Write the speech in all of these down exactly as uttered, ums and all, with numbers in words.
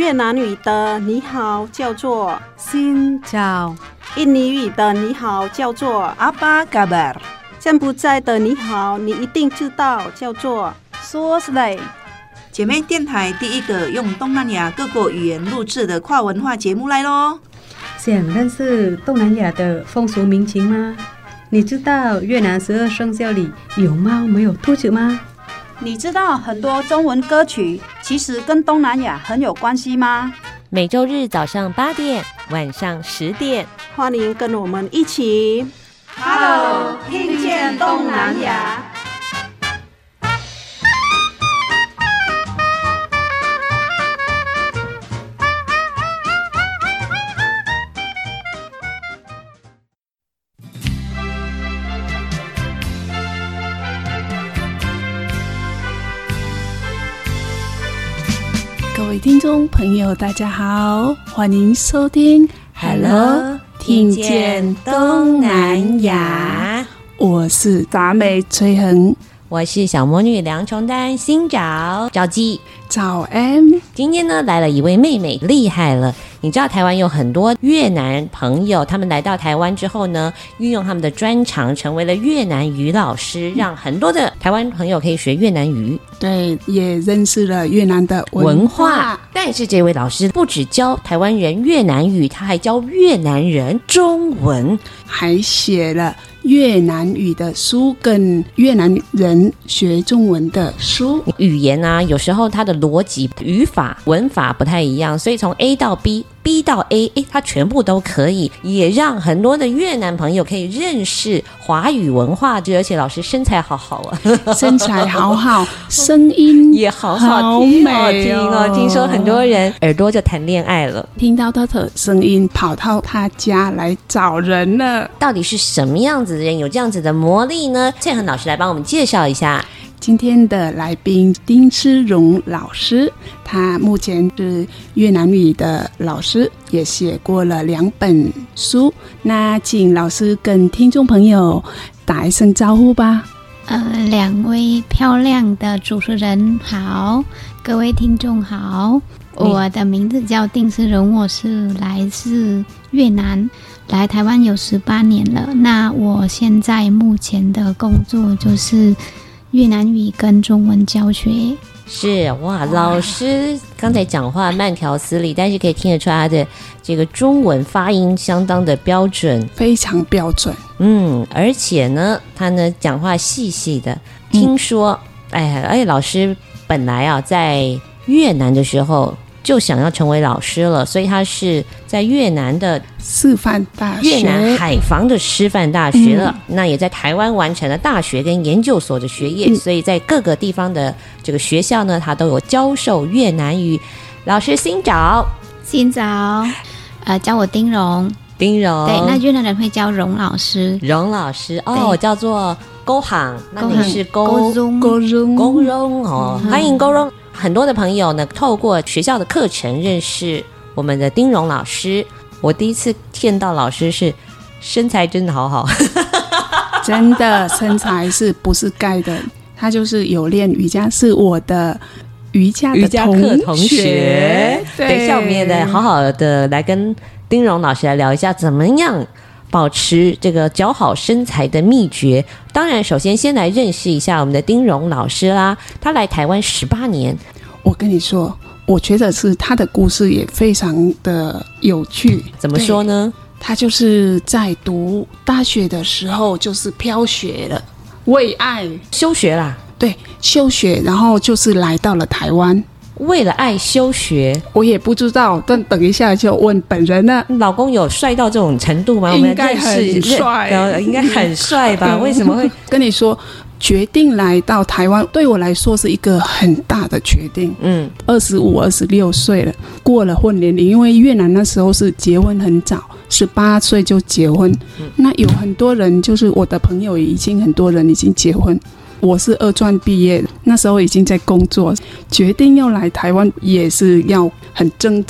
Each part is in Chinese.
越南语的你好叫做 Xin chào， 印尼语的你好叫做 Apa kabar， 柬埔寨的你好你一定知道叫做 Suoslay。 姐妹电台第一个用东南亚各国语言录制的跨文化节目来咯。 想认识东南亚的风俗民情吗？你知道越南十二生肖里有猫没有兔子吗？ 你知道很多中文歌曲其实跟东南亚很有关系吗？ 每周日早上八点，晚上十点， 欢迎跟我们一起 Hello， 听见东南亚。 各位听众朋友大家好，欢迎收听 Hello 听见东南亚，我是达美崔恒， 我是小魔女梁琼丹，新找找鸡早安。 今天呢来了一位妹妹，厉害了。你知道台湾有很多越南朋友，他们来到台湾之后呢，运用他们的专长成为了越南语老师，让很多的台湾朋友可以学越南语， 对，也认识了越南的文化。 文化但是这位老师不只教台湾人越南语，他还教越南人中文， 还写了越南语的书跟越南人学中文的书。 语言啊，有时候它的逻辑、语法、文法不太一样，所以从 A 到 B。B 到 A， 诶，它全部都可以，也让很多的越南朋友可以认识华语文化，而且老师身材好好啊， 身材好好，声音也好好听， 好美听哦。听说很多人耳朵就谈恋爱了， 听到他的声音跑到他家来找人了。 到底是什么样子的人有这样子的魔力呢？翠恒老师来帮我们介绍一下。 今天的来宾丁诗荣老师，他目前是越南语的老师，也写过了两本书。那请老师跟听众朋友打一声招呼吧。 呃，两位漂亮的主持人好，各位听众好，我的名字叫丁诗荣，我是来自越南，来台湾有十八年了。那我现在目前的工作就是越南语跟中文教学。 是哇，老师刚才讲话慢条斯理，但是可以听得出他的这个中文发音相当的标准， 非常标准。 嗯，而且呢，他呢讲话细细的。听说，嗯、哎，而且老师本来啊在越南的时候就想要成为老师了，所以他是在越南的师范大学、 越南海防的师范大学了、嗯、那也在台湾完成了大学跟研究所的学业、嗯、所以在各个地方的这个学校呢，他都有教授越南语。老师新早， 新早，呃，叫我丁荣， 丁荣， 对，那越南人会叫荣老师， 荣老师哦，叫做勾行，那你是勾勾荣勾荣勾荣哦、嗯，欢迎勾荣。很多的朋友呢，透过学校的课程认识我们的丁荣老师。我第一次见到老师是身材真的好好， 真的身材是不是盖的？他就是有练瑜伽，是我的瑜伽的同学。 同学等一下我们也来好好的来跟丁荣老师来聊一下，怎么样保持这个姣好身材的秘诀。当然首先先来认识一下我们的丁荣老师啦，他来台湾十八年。 我跟你说，我觉得是他的故事也非常的有趣。 怎么说呢？ 他就是在读大学的时候就是飘学了，为爱休学啦。 对，休学，然后就是来到了台湾， 为了爱休学。 我也不知道，但等一下就问本人了。 老公有帅到这种程度吗？ 应该很帅， 应该很帅吧？为什么会跟你说？决定来到台湾对我来说是一个很大的决定。嗯，二十五、二十六岁了，过了婚年龄，因为越南那时候是结婚很早，十八岁就结婚、嗯。那有很多人，就是我的朋友，也已经很多人已经结婚。我是二专毕业，那时候已经在工作，决定要来台湾也是要很挣扎。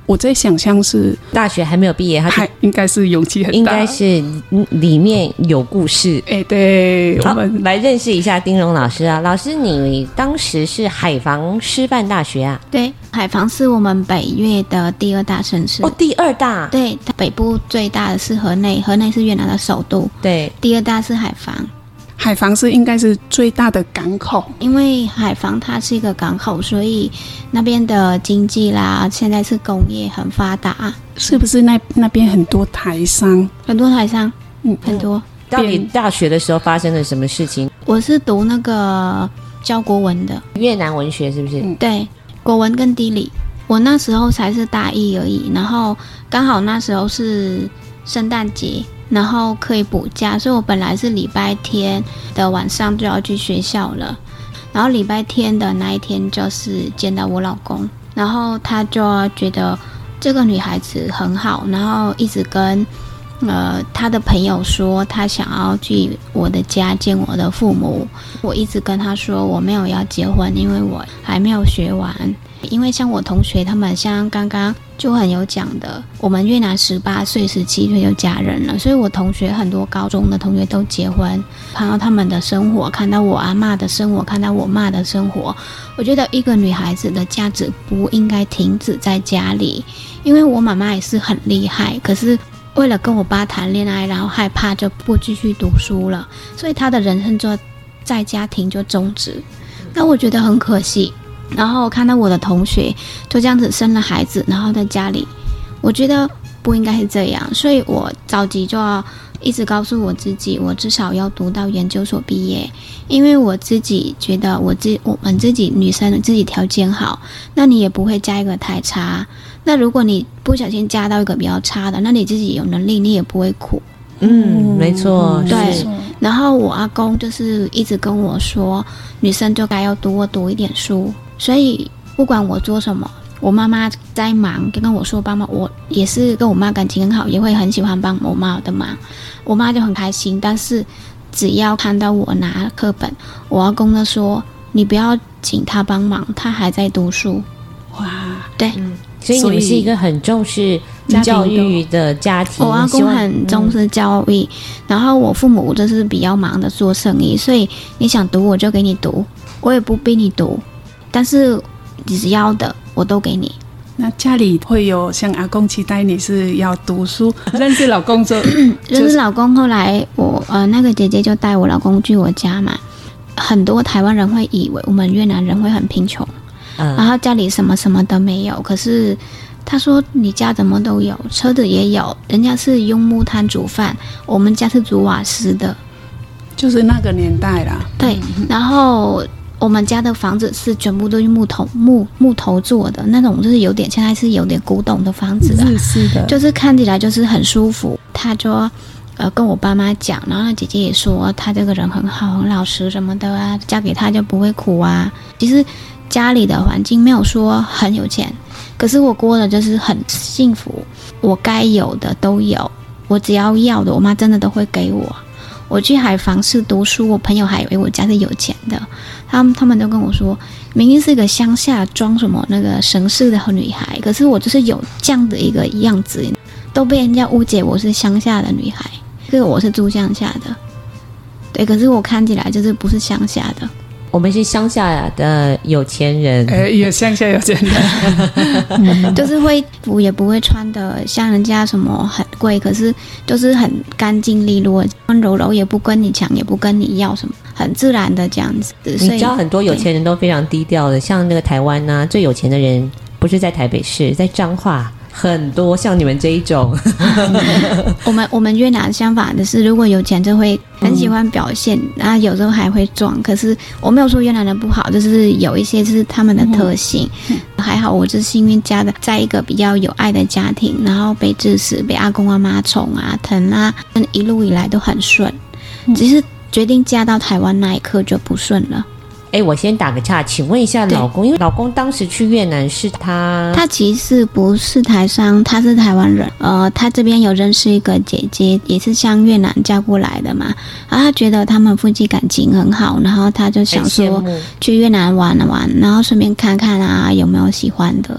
我在想象是大学还没有毕业，他还应该是勇气很大， 应该是里面有故事。 哎，对，我们来认识一下丁蓉老师啊。老师，你当时是海防师范大学啊？ 对，海防是我们北越的第二大城市。 哦，第二大？ 对，北部最大的是河内，河内是越南的首都。 对， 第二大是海防。 海防是应该是最大的港口， 因为海防它是一个港口，所以那边的经济啦，现在是工业很发达。 是不是那那边很多台商？ 很多台商，嗯，很多。 到底大学的时候发生了什么事情？ 我是读那个教国文的， 越南文学是不是？ 嗯、对，国文跟地理。我那时候才是大一而已，然后刚好那时候是圣诞节。然后可以补假，所以我本来是礼拜天的晚上就要去学校了，然后礼拜天的那一天就是见到我老公，然后他就觉得这个女孩子很好，然后一直跟呃他的朋友说他想要去我的家见我的父母。我一直跟他说我没有要结婚，因为我还没有学完。因为像我同学他们像刚刚就很有讲的，我们越南十八岁十七岁就嫁人了，所以我同学很多高中的同学都结婚，看到他们的生活，看到我阿嬷的生活，看到我妈的生活，我觉得一个女孩子的价值不应该停止在家里。因为我妈妈也是很厉害，可是为了跟我爸谈恋爱，然后害怕就不继续读书了，所以她的人生就在家庭就终止。那我觉得很可惜。然后看到我的同学就这样子生了孩子，然后在家里，我觉得不应该是这样，所以我着急就要一直告诉我自己，我至少要读到研究所毕业，因为我自己觉得我自我们自己女生自己条件好，那你也不会嫁一个太差。那如果你不小心嫁到一个比较差的，那你自己有能力，你也不会苦。 嗯，没错， 对。然后我阿公就是一直跟我说，女生就该要多读一点书。所以不管我做什么，我妈妈在忙跟我说帮忙，我也是跟我妈感情很好，也会很喜欢帮我妈的忙，我妈就很开心。但是只要看到我拿课本，我阿公就说你不要请她帮忙，她还在读书。 哇， 对、 嗯，所以你们是一个很重视教育的家庭。 我阿公很重视教育、嗯、然后我父母就是比较忙的做生意，所以你想读我就给你读，我也不逼你读，但是你只要的我都给你。 那家里会有像阿公期待你是要读书，认识老公之后认识老公后来我呃那个姐姐就带我老公去我家嘛。很多台湾人会以为我们越南人会很贫穷、嗯、然后家里什么什么都没有，可是他说你家怎么都有，车子也有，人家是用木炭煮饭，我们家是煮瓦斯的， 就是那个年代啦。 对，然后我们家的房子是全部都是木头木木头做的那种，就是有点现在是有点古董的房子啊， 日式的， 就是看起来就是很舒服。他就呃跟我爸妈讲，然后姐姐也说他这个人很好，很老实什么的啊，嫁给他就不会苦啊。其实家里的环境没有说很有钱，可是我过的就是很幸福，我该有的都有，我只要要的我妈真的都会给我。我去海防市读书，我朋友还以为我家是有钱的，他们他们都跟我说，明明是一个乡下装什么那个城市的女孩，可是我就是有这样的一个样子，都被人家误解我是乡下的女孩，这个我是住乡下的，对，可是我看起来就是不是乡下的。 我们是乡下的有钱人， 呃，也乡下有钱人， 就是会服也不会穿的像人家什么很贵，可是就是很干净利落，温柔柔，也不跟你抢，也不跟你要什么，很自然的这样子。 你知道很多有钱人都非常低调的，像那个台湾啊，最有钱的人不是在台北市，在彰化。很多像你们这一种我们我们越南相反的是，如果有钱就会很喜欢表现、嗯、然后有时候还会装，可是我没有说越南人不好，就是有一些是他们的特性、嗯、还好我是幸运家的，在一个比较有爱的家庭，然后被支持，被阿公阿妈宠啊疼啊，一路以来都很顺、嗯、只是决定嫁到台湾那一刻就不顺了。 哎，我先打个岔，请问一下老公，因为老公当时去越南是他， 他其实不是台商，他是台湾人。呃，他这边有认识一个姐姐，也是向越南嫁过来的嘛。然后他觉得他们夫妻感情很好，然后他就想说去越南玩了玩，然后顺便看看啊有没有喜欢的。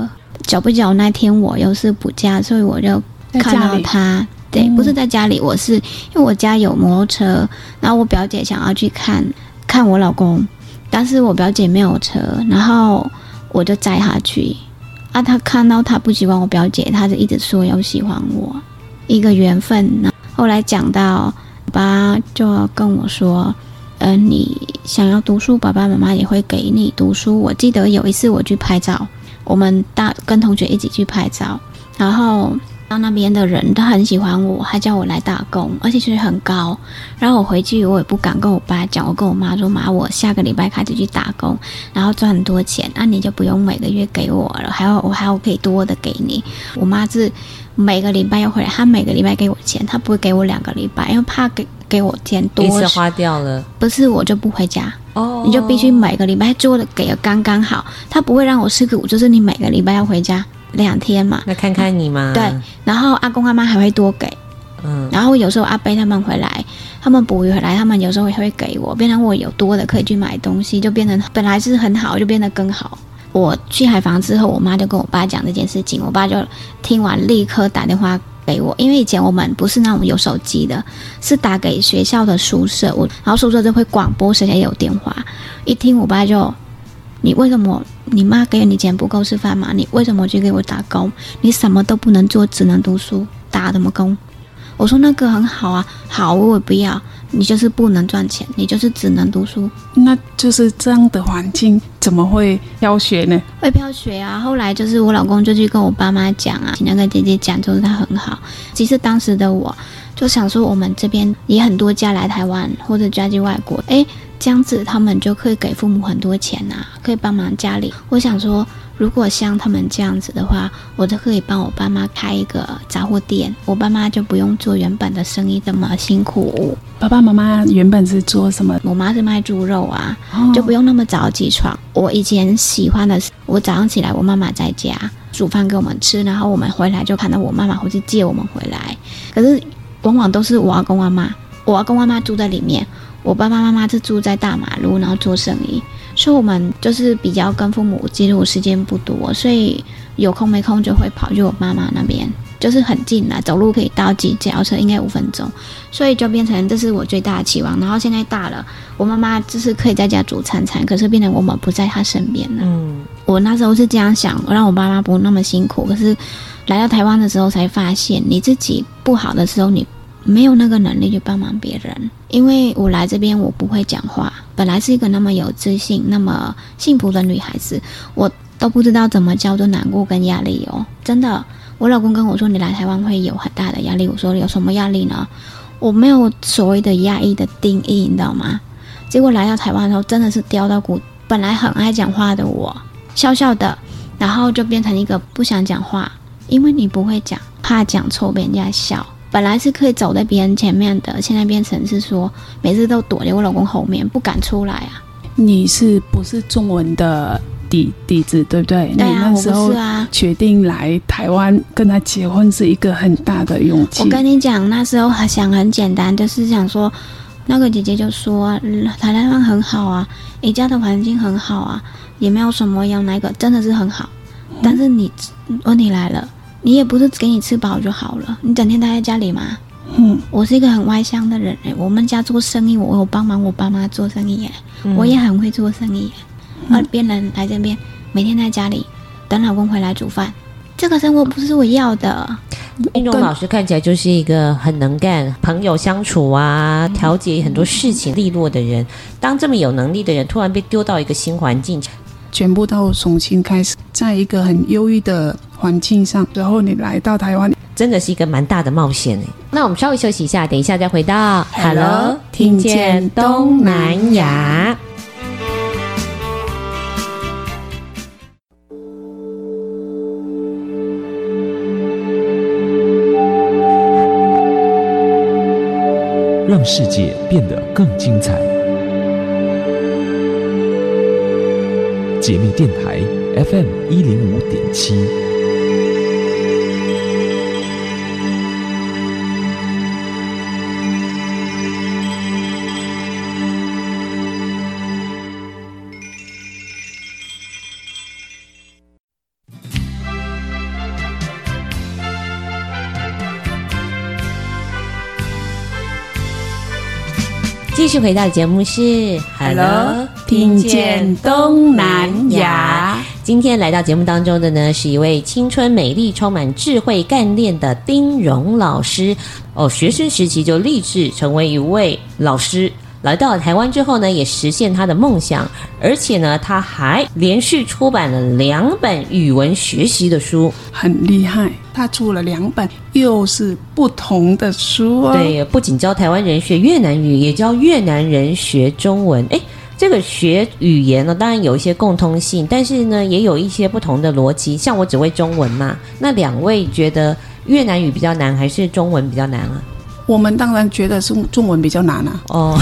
久不久那天我又是补假，所以我就看到他。对，不是在家里，我是因为我家有摩托车，然后我表姐想要去看看我老公，但是我表姐没有车，然后我就载他去。啊，他看到他不喜欢我表姐，他就一直说要喜欢我，一个缘分呢。后来讲到，爸就跟我说，呃，你想要读书，爸爸妈妈也会给你读书。我记得有一次我去拍照，我们大跟同学一起去拍照，然后到那边的人都很喜欢我，还叫我来打工，而且学很高。然后我回去我也不敢跟我爸讲，我跟我妈说，妈，我下个礼拜开始去打工，然后赚很多钱，那、啊、你就不用每个月给我了，还有我还有可以多的给你。我妈是每个礼拜要回来，她每个礼拜给我钱，她不会给我两个礼拜，因为怕给给我钱多， 一次花掉了。 不是，我就不回家。 哦， 你就必须每个礼拜做的给的刚刚好，她不会让我吃苦，就是你每个礼拜要回家两天嘛， 那看看你嘛。 对，然后阿公阿妈还会多给，嗯，然后有时候阿伯他们回来，他们捕鱼回来，他们有时候也会给我，变成我有多的可以去买东西，就变成本来是很好，就变得更好。我去海防之后，我妈就跟我爸讲这件事情，我爸就听完立刻打电话给我，因为以前我们不是那种有手机的，是打给学校的宿舍，我然后宿舍就会广播谁谁有电话，一听我爸就。你为什么你妈给你钱不够吃饭吗？你为什么去给我打工？你什么都不能做，只能读书，打什么工？我说那个很好啊，好我也不要，你就是不能赚钱，你就是只能读书。 那就是这样的环境，怎么会飘学呢？ 会飘学啊！后来就是我老公就去跟我爸妈讲啊，那个姐姐讲，就是他很好。其实当时的我就想说，我们这边也很多家来台湾或者家去外国，哎。这样子他们就可以给父母很多钱啊，可以帮忙家里。我想说，如果像他们这样子的话，我就可以帮我爸妈开一个杂货店，我爸妈就不用做原本的生意这么辛苦。 爸爸妈妈原本是做什么？ 我妈是卖猪肉啊，哦、就不用那么早起床。我以前喜欢的是，我早上起来，我妈妈在家煮饭给我们吃，然后我们回来就看到我妈妈回去接我们回来。可是往往都是我阿公阿妈，我阿公阿妈住在里面。我爸爸妈妈是住在大马路，然后做生意，所以我们就是比较跟父母接触时间不多，所以有空没空就会跑去我妈妈那边，就是很近啦，走路可以到，骑脚踏车应该五分钟，所以就变成这是我最大的期望。然后现在大了，我妈妈就是可以在家煮餐餐，可是变成我们不在她身边了。嗯，我那时候是这样想，让我爸妈不那么辛苦，可是来到台湾的时候才发现，你自己不好的时候，你没有那个能力去帮忙别人。因为我来这边我不会讲话，本来是一个那么有自信那么幸福的女孩子，我都不知道怎么叫做难过跟压力哦。真的，我老公跟我说你来台湾会有很大的压力，我说有什么压力呢？我没有所谓的压抑的定义，你知道吗？结果来到台湾的时候真的是掉到谷，本来很爱讲话的我笑笑的，然后就变成一个不想讲话，因为你不会讲，怕讲错被人家笑。本来是可以走在别人前面的，现在变成是说每次都躲在我老公后面，不敢出来啊。 你是不是中文的底底子，对不对？ 对啊， 你那时候决定来台湾跟他结婚是一个很大的勇气。 我跟你讲，那时候想很简单，就是想说，那个姐姐就说台湾很好啊，你家的环境很好啊，也没有什么要那个，真的是很好。但是你问题来了。你也不是给你吃饱就好了，你整天待在家里嘛。嗯，我是一个很外向的人、欸、我们家做生意，我有帮忙我爸妈做生意耶、欸嗯，我也很会做生意耶、欸。而别人来这边，每天在家里等老公回来煮饭，这个生活不是我要的。 运动老师看起来就是一个很能干、朋友相处啊、调节很多事情利落的人。当这么有能力的人突然被丢到一个新环境， 全部都重新开始，在一个很忧郁的环境上，然后你来到台湾， 真的是一个蛮大的冒险耶。那我们稍微休息一下，等一下再回到 Hello 听见东南亚。 让世界变得更精彩。解密电台 F M 一零五点七。 继续回到节目是 Hello， 听见东南亚。 今天来到节目当中的呢，是一位青春美丽、充满智慧干练的丁蓉老师。哦，学生时期就立志成为一位老师。来到了台湾之后呢，也实现他的梦想，而且呢，他还连续出版了两本语文学习的书， 很厉害。他出了两本，又是不同的书哦。 对，不仅教台湾人学越南语，也教越南人学中文。诶，这个学语言呢，当然有一些共通性，但是呢，也有一些不同的逻辑。像我只会中文嘛，那两位觉得越南语比较难，还是中文比较难啊？ 我们当然觉得是中文比较难啊。 哦，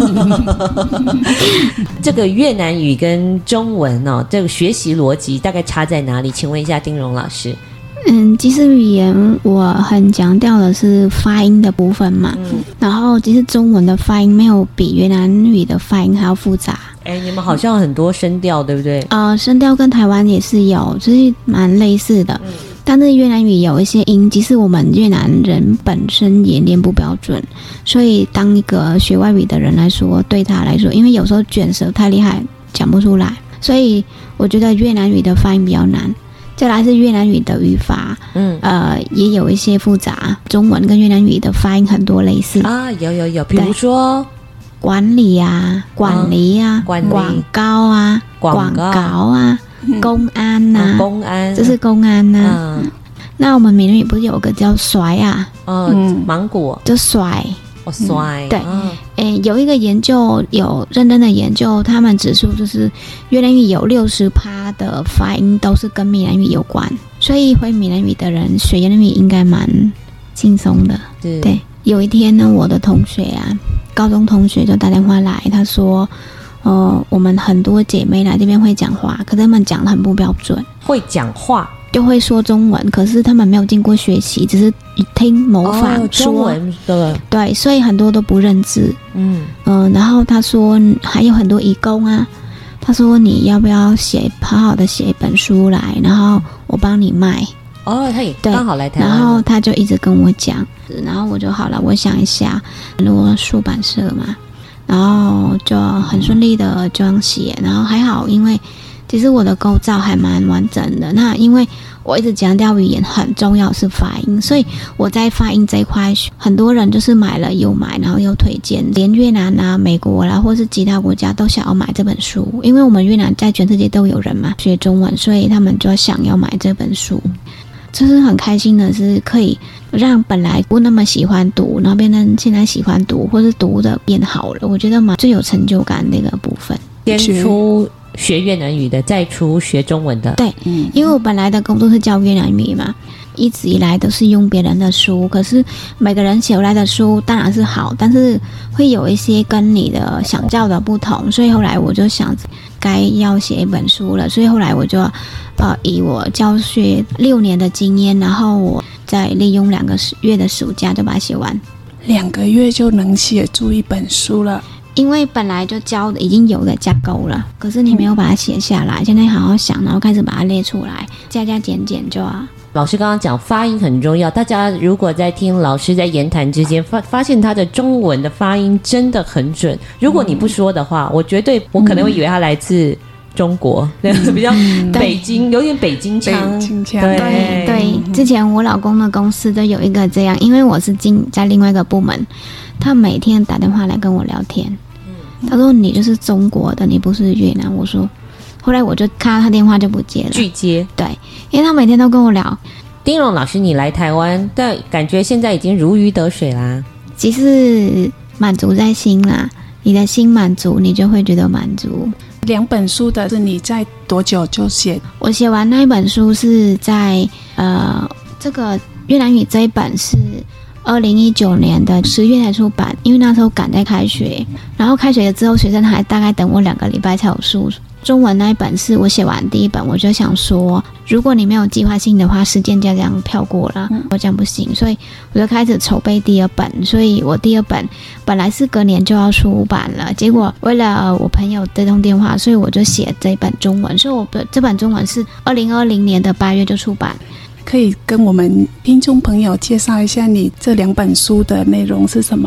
这个越南语跟中文哦，这个学习逻辑大概差在哪里？请问一下丁蓉老师。 嗯，其实语言我很强调的是发音的部分嘛，嗯、然后其实中文的发音没有比越南语的发音还要复杂。 哎，你们好像很多声调，对不对？ 呃，声调跟台湾也是有，就是蛮类似的。嗯，但是越南语有一些音，即使我们越南人本身也念不标准，所以当一个学外语的人来说，对他来说，因为有时候卷舌太厉害，讲不出来，所以我觉得越南语的发音比较难。再来是越南语的语法，嗯，呃，也有一些复杂。中文跟越南语的发音很多类似啊，有有有，比如说管理啊、管理啊、 管理广告啊、广告啊。公安呐、啊， 公安， 这是公安呐、啊。嗯，那我们闽南语不是有个叫甩啊？ 哦，嗯、芒果就甩， 哦甩、 嗯。对，诶、哦，有一个研究，有认真的研究，他们指出就是越南语有六十趴的发音都是跟闽南语有关，所以会闽南语的人学越南语应该蛮轻松的。对，有一天呢，我的同学啊，高中同学就打电话来，他说。呃，我们很多姐妹来这边会讲话，可是她们讲得很不标准。 会讲话就会说中文，可是她们没有经过学习，只是听模仿说、哦、 中文的。 对，所以很多都不认字。嗯嗯、呃，然后他说还有很多移工啊，他说你要不要写好好的写一本书来，然后我帮你卖。 哦，他也刚好来台湾， 然后他就一直跟我讲，然后我就好了，我想一下，如果出版社嘛。然后就很顺利的这样写，然后还好，因为其实我的构造还蛮完整的。那因为我一直强调语言很重要是发音，所以我在发音这一块，很多人就是买了又买，然后又推荐，连越南啊、美国啦，或是其他国家都想要买这本书，因为我们越南在全世界都有人嘛学中文，所以他们就想要买这本书。就是很开心的是可以让本来不那么喜欢读，然后变成现在喜欢读，或是读的变好了，我觉得嘛最有成就感的一个部分。 先出学越南语的，再出学中文的。 对，嗯，因为我本来的工作是教越南语嘛，一直以来都是用别人的书，可是每个人写来的书当然是好，但是会有一些跟你的想教的不同，所以后来我就想该要写一本书了，所以后来我就呃以我教学六年的经验，然后我再利用两个月的暑假就把它写完。 两个月就能写出一本书了？ 因为本来就教的已经有的架构了，可是你没有把它写下来，现在好好想，然后开始把它列出来，加加减减就好。 老师刚刚讲发音很重要，大家如果在听老师在言谈之间发发现他的中文的发音真的很准，如果你不说的话，我绝对我可能会以为他来自中国，嗯、比较北京，有点北京腔。 北京腔， 对 对, 对。之前我老公的公司都有一个这样，因为我是进在另外一个部门，他每天打电话来跟我聊天，他说你就是中国的，你不是越南。我说。后来我就看到他电话就不接了， 拒接。 对，因为他每天都跟我聊。 丁蓉老师，你来台湾，但感觉现在已经如鱼得水啦。 其实满足在心啦，你的心满足，你就会觉得满足。 两本书的是你在多久就写？ 我写完那一本书是在呃，这个越南语这一本是二零一九年的十月才出版，因为那时候赶在开学，然后开学了之后，学生还大概等我两个礼拜才有书。中文那一本是我写完第一本，我就想说，如果你没有计划性的话，时间就这样飘过了，嗯、我这样不行，所以我就开始筹备第二本。所以我第二本本来是隔年就要出版了，结果为了我朋友这通电话，所以我就写这本中文。所以我这本中文是二零二零年的八月就出版。 可以跟我们听众朋友介绍一下你这两本书的内容是什么？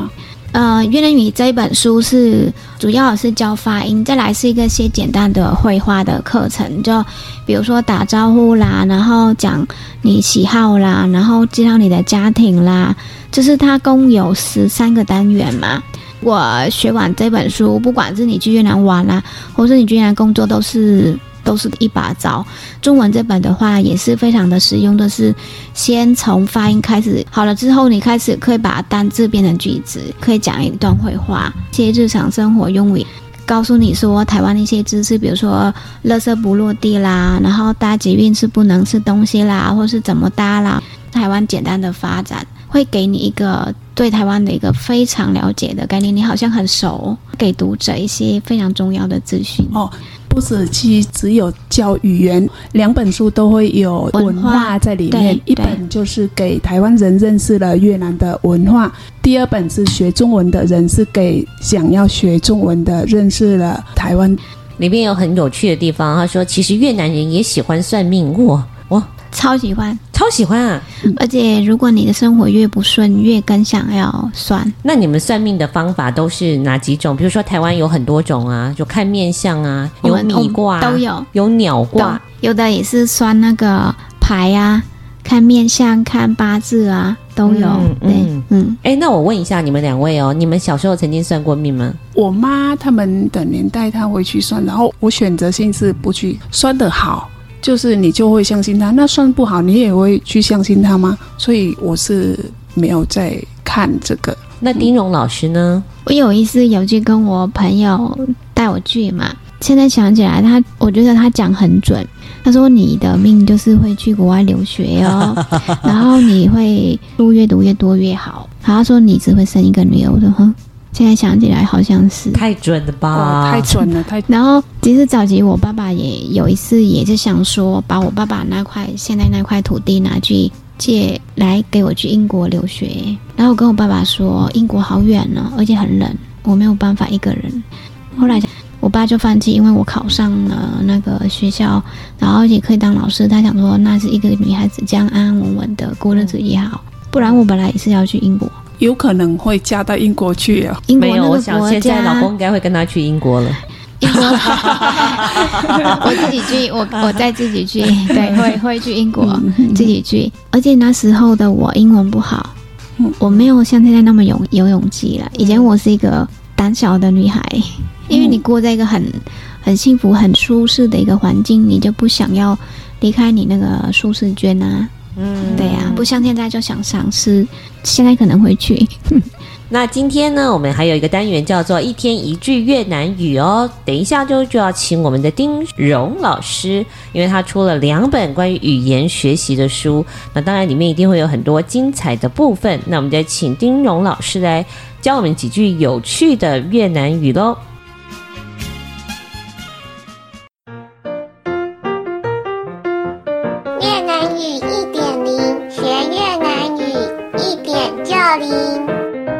呃，越南语这一本书是主要是教发音，再来是一个些简单的绘画的课程，就比如说打招呼啦，然后讲你喜好啦，然后介绍你的家庭啦，就是它共有十三个单元嘛。我学完这本书，不管是你去越南玩啦，或是你去越南工作，都是都是一把招。中文这本的话也是非常的实用的，是先从发音开始，好了之后你开始可以把单字变成句子，可以讲一段绘画，一些日常生活用语，告诉你说台湾的一些知识，比如说垃圾不落地啦，然后搭捷运是不能吃东西啦，或是怎么搭啦，台湾简单的发展会给你一个对台湾的一个非常了解的概念，你好像很熟，给读者一些非常重要的资讯哦。不是去只有教语言，两本书都会有文化在里面。一本就是给台湾人认识了越南的文化，第二本是学中文的人，是给想要学中文的认识了台湾。 里面有很有趣的地方，他说其实越南人也喜欢算命，哇哇， 超喜欢， 超喜欢啊！ 而且如果你的生活越不顺，越更想要算。 那你们算命的方法都是哪几种？比如说台湾有很多种啊，就看面相啊，有米卦、啊、 都有，有鸟卦， 有的也是算那个牌啊，看面相、看八字啊，都有。嗯嗯嗯。哎、欸，那我问一下你们两位哦，你们小时候曾经算过命吗？ 我妈他们的年代她会去算，然后我选择性是不去算得好。就是你就会相信他，那算不好你也会去相信他吗？所以我是没有在看这个。 那丁荣老师呢？ 我有一次有去跟我朋友带我去嘛，现在想起来他，我觉得他讲很准。他说你的命就是会去国外留学哦，然后你会书越读越多越好。他说你只会生一个女儿，我说哼。现在想起来好像是太准了吧、 哦、太准了太然后其实早期我爸爸也有一次也是想说把我爸爸那块现在那块土地拿去借来给我去英国留学，然后我跟我爸爸说英国好远哦，而且很冷，我没有办法一个人。后来我爸就放弃，因为我考上了那个学校，然后也可以当老师，他想说那是一个女孩子这样安安稳稳的过日子也好，不然我本来也是要去英国， 有可能会嫁到英国去啊。 英国那个国家， 没有，我想现在老公应该会跟他去英国了。 英国，我自己去，我我再自己去，对，会会去英国自己去。而且那时候的我英文不好，我没有像现在那么有有勇气了。以前我是一个胆小的女孩，因为你过在一个很很幸福、很舒适的一个环境，你就不想要离开你那个舒适圈啊。嗯，对呀、啊，不像现在就想尝试，现在可能会去。 那今天呢，我们还有一个单元叫做一天一句越南语哦。等一下就就要请我们的丁荣老师，因为他出了两本关于语言学习的书，那当然里面一定会有很多精彩的部分。那我们就请丁荣老师来教我们几句有趣的越南语咯。 越南语 一点零 学越南语一点就灵。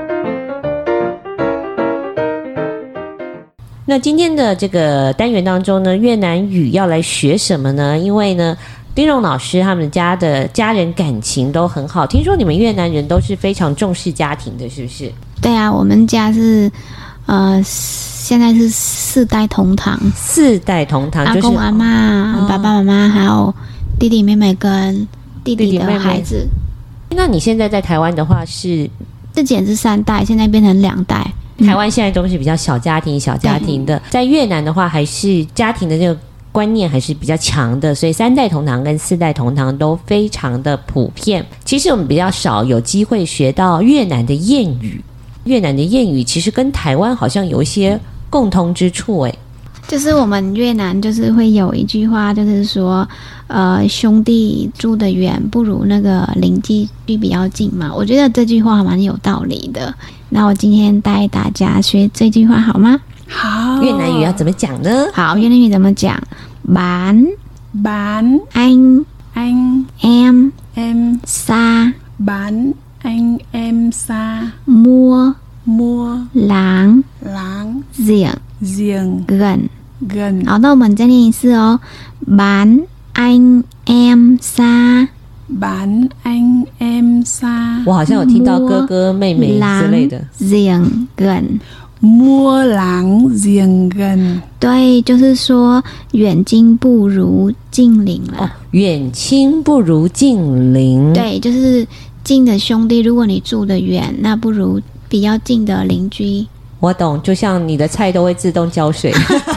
那今天的这个单元当中呢，越南语要来学什么呢？因为呢，丁荣老师他们家的家人感情都很好，听说你们越南人都是非常重视家庭的，是不是？ 对啊，我们家是呃，现在是四代同堂， 四代同堂，就是阿公阿嬷、哦、爸爸妈妈还有弟弟妹妹跟弟弟的孩子。弟弟妹妹， 那你现在在台湾的话是？ 之前是三代，现在变成两代。 台湾现在都是比较小家庭小家庭的，在越南的话还是家庭的这个观念还是比较强的，所以三代同堂跟四代同堂都非常的普遍。其实我们比较少有机会学到越南的谚语，越南的谚语其实跟台湾好像有一些共通之处诶。 就是我们越南就是会有一句话，就是说呃，兄弟住得远不如那个邻居比较近嘛。我觉得这句话蛮有道理的。那我今天带大家学这句话好吗？ 好。 越南语要怎么讲呢？ 好，越南语怎么讲？ Bán Bán anh anh em em xa bán anh em xa mua mua láng láng giềng giềng gần gần。 好，那我们再念一次哦。Bán anh em xa bán anh em xa， 我好像有听到哥哥妹妹之类的。 riêng gần， mua láng giềng gần， 对，就是说远近不如近邻了。 哦，远亲不如近邻。 对，就是近的兄弟，如果你住得远，那不如比较近的邻居。 我懂，就像你的菜都会自动浇水，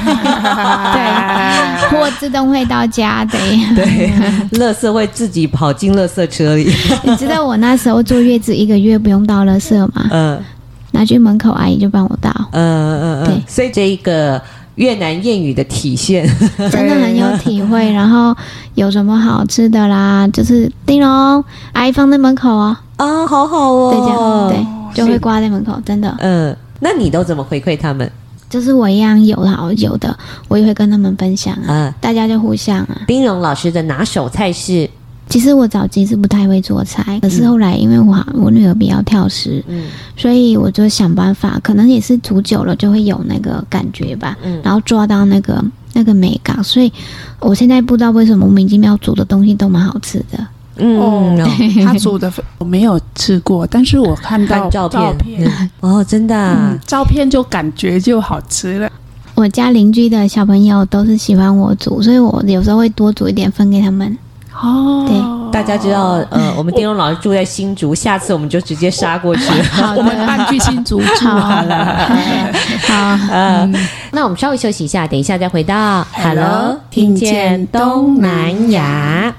对，或自动会到家的。 对，垃圾会自己跑进垃圾车里。 你知道我那时候坐月子一个月不用倒垃圾吗？嗯，拿去门口阿姨就帮我倒。 嗯嗯嗯，对，所以这一个越南谚语的体现， 真的很有体会。然后有什么好吃的啦，就是丁龙阿姨放在门口哦。 啊，好好哦， 对，这样对，就会挂在门口，真的。 嗯。那你都怎么回馈他们？ 就是我一样有好有的，我也会跟他们分享啊，嗯、大家就互相啊。 丁荣老师的拿手菜是， 其实我早期是不太会做菜，可是后来因为我我女儿比较挑食，嗯，所以我就想办法，可能也是煮久了就会有那个感觉吧，嗯，然后抓到那个那个美感，所以我现在不知道为什么我们已经要煮的东西都蛮好吃的。 嗯，哦，他煮的我没有吃过，但是我看到照片， 照片嗯、哦，真的、啊嗯， 照片就感觉就好吃了。 我家邻居的小朋友都是喜欢我煮，所以我有时候会多煮一点分给他们。 哦， 对， 大家知道，呃，我们丁荣老师住在新竹，下次我们就直接杀过去， 我们搬去新竹住好了。 好， 呃、嗯，那我们稍微休息一下，等一下再回到 Hello， 听见东南亚。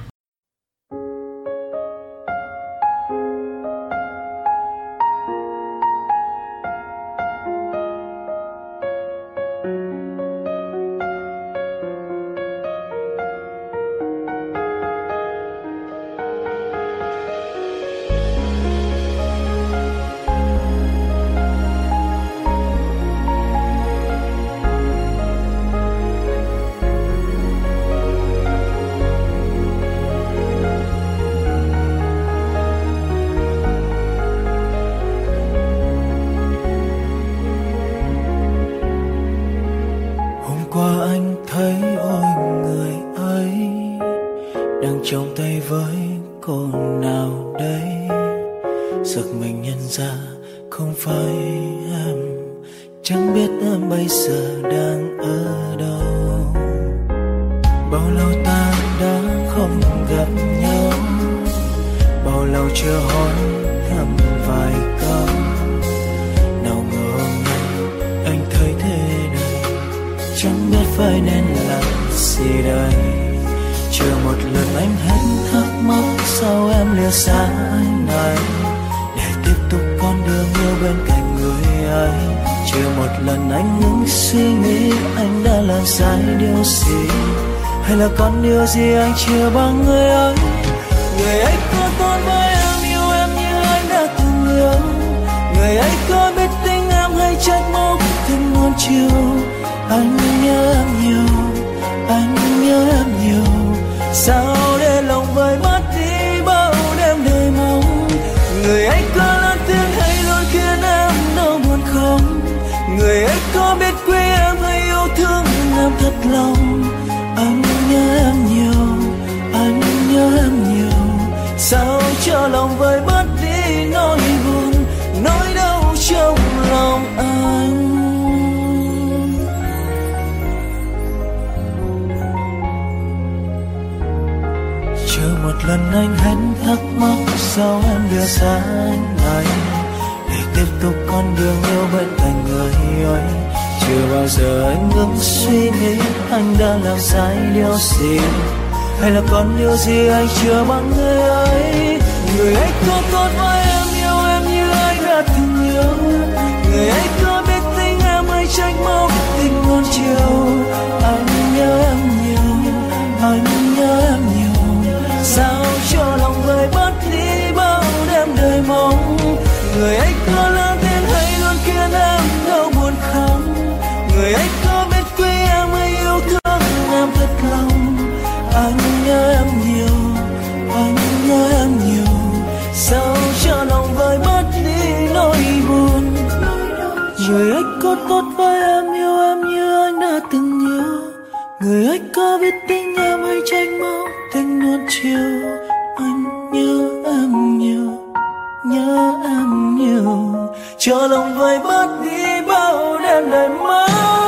trong tay với cô nào đây, giật mình nhận ra không phải em, chẳng biết em bây giờ đang ở đâu. Bao lâu ta đã không gặp nhau, bao lâu chưa hỏi thăm vài câu. Nào ngờ hôm nay anh thấy thế này, chẳng biết phải nên làm gì đây. Chờ một lần anh hết thắc mắc sao em lìa xa anh này, để tiếp tục con đường yêu bên cạnh người ấy. Chờ một lần anh ngừng suy nghĩ anh đã làm sai điều gì, hay là còn điều gì anh chưa bằng người ấy. Người ấy có tốt với em, yêu em như anh đã từng yêu. Người ấy có biết tình em hay trách móc tình muôn chiều. Anh nhớ em nhiều, anh nhớ em nhiều. Sao để lòng vơi mất đi bao đêm đầy mong. Người ấy có lớn tiếng hay luôn khiến em đau buồn không. Người ấy có biết quý em hay yêu thương em thật lòng. Anh nhớ em nhiều, anh nhớ em nhiều. Sao cho lòng vơi mất đi nỗi buồn, nỗi đau trong lòng anh. Chờ một lần anh hết thắc mắc sao em đưa xa anh này, để tiếp tục con đường yêu bên cạnh người ấy. Chưa bao giờ anh ngừng suy nghĩ anh đã làm sai điều gì, hay là còn điều gì anh chưa bằng người ấy. Người ấy có tốt với em, yêu em như anh đã từng yêu. Người ấy có biết tình em hay trách móc tình muôn chiều. Anh nhớ em nhiều, anh nhớ em nhiều. Sao cho lòng vơi mất đi bao đêm đời mong. Người ấy có lớn tiếng hay luôn khiến em đau buồn không. Người ấy có biết quý em hay yêu thương em thật lòng. Anh nhớ em nhiều, anh nhớ em nhiều. Sao cho lòng vơi mất đi nỗi buồn. Người ấy có tốt với em, yêu em như anh đã từng yêu. Người ấy có biết tình em hay trách móc tình nuông chiều. Anh nhớ em nhiều, nhớ em nhiều, cho lòng vơi bớt đi bao đêm đầy mơ.